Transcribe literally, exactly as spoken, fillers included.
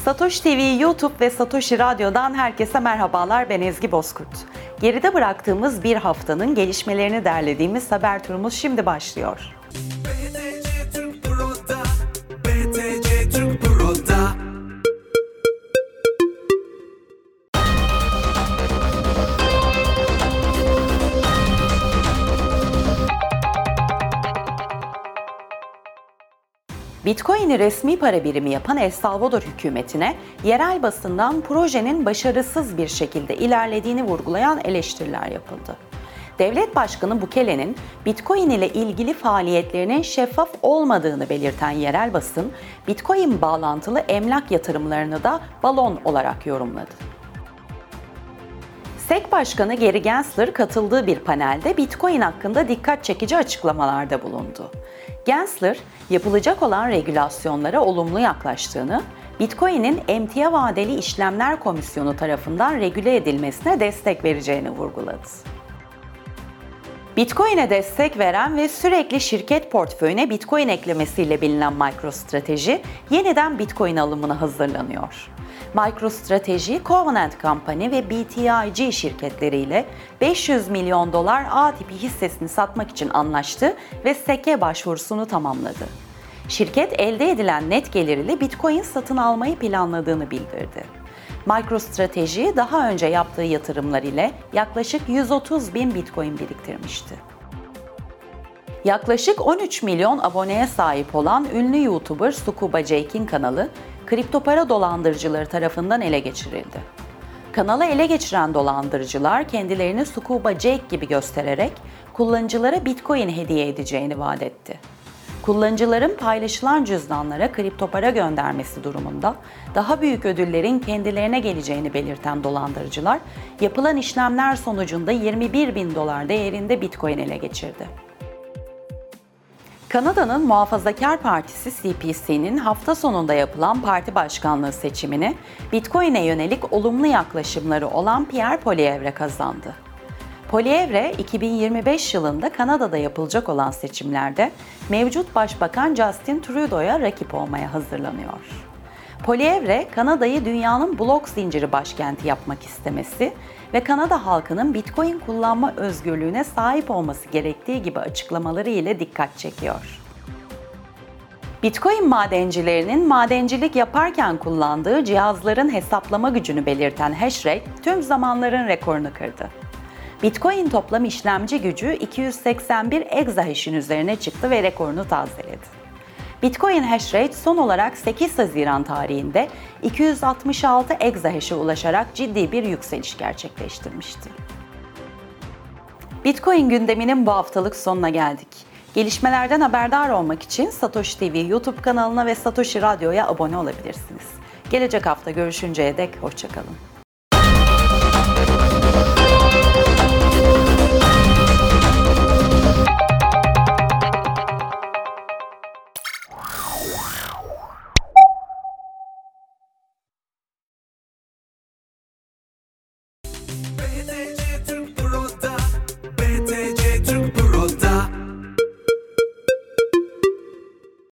Satoshi T V YouTube ve Satoshi Radyo'dan herkese merhabalar, ben Ezgi Bozkurt. Geride bıraktığımız bir haftanın gelişmelerini derlediğimiz haber turumuz şimdi başlıyor. B T C Türk Pro'da, B T C Türk Pro'da. Bitcoin'i resmi para birimi yapan El Salvador hükümetine yerel basından projenin başarısız bir şekilde ilerlediğini vurgulayan eleştiriler yapıldı. Devlet Başkanı Bukele'nin Bitcoin ile ilgili faaliyetlerinin şeffaf olmadığını belirten yerel basın, Bitcoin bağlantılı emlak yatırımlarını da balon olarak yorumladı. S E C Başkanı Gary Gensler katıldığı bir panelde Bitcoin hakkında dikkat çekici açıklamalarda bulundu. Gensler, yapılacak olan regülasyonlara olumlu yaklaştığını, Bitcoin'in emtia vadeli işlemler komisyonu tarafından regüle edilmesine destek vereceğini vurguladı. Bitcoin'e destek veren ve sürekli şirket portföyüne Bitcoin eklemesiyle bilinen MicroStrategy, yeniden Bitcoin alımına hazırlanıyor. MicroStrategy, Covenant Company ve B T I G şirketleriyle beş yüz milyon dolar A tipi hissesini satmak için anlaştı ve S E C'e başvurusunu tamamladı. Şirket elde edilen net gelir ile Bitcoin satın almayı planladığını bildirdi. MicroStrategy daha önce yaptığı yatırımlar ile yaklaşık yüz otuz bin Bitcoin biriktirmişti. Yaklaşık on üç milyon aboneye sahip olan ünlü YouTuber Scuba Jake'in kanalı, kripto para dolandırıcıları tarafından ele geçirildi. Kanalı ele geçiren dolandırıcılar kendilerini Scuba Jake gibi göstererek kullanıcılara Bitcoin hediye edeceğini vaat etti. Kullanıcıların paylaşılan cüzdanlara kripto para göndermesi durumunda daha büyük ödüllerin kendilerine geleceğini belirten dolandırıcılar, yapılan işlemler sonucunda yirmi bir bin dolar değerinde Bitcoin ele geçirdi. Kanada'nın Muhafazakar Partisi C P C'nin hafta sonunda yapılan parti başkanlığı seçimini Bitcoin'e yönelik olumlu yaklaşımları olan Pierre Poilievre kazandı. Poilievre, iki bin yirmi beş yılında Kanada'da yapılacak olan seçimlerde mevcut Başbakan Justin Trudeau'ya rakip olmaya hazırlanıyor. Poilievre, Kanada'yı dünyanın blok zinciri başkenti yapmak istemesi ve Kanada halkının Bitcoin kullanma özgürlüğüne sahip olması gerektiği gibi açıklamaları ile dikkat çekiyor. Bitcoin madencilerinin madencilik yaparken kullandığı cihazların hesaplama gücünü belirten hashrate tüm zamanların rekorunu kırdı. Bitcoin toplam işlemci gücü iki yüz seksen bir exahash'in üzerine çıktı ve rekorunu tazeledi. Bitcoin hashrate son olarak sekiz Haziran tarihinde iki yüz altmış altı exahash'e ulaşarak ciddi bir yükseliş gerçekleştirmişti. Bitcoin gündeminin bu haftalık sonuna geldik. Gelişmelerden haberdar olmak için Satoshi T V YouTube kanalına ve Satoshi Radyo'ya abone olabilirsiniz. Gelecek hafta görüşünceye dek hoşça kalın.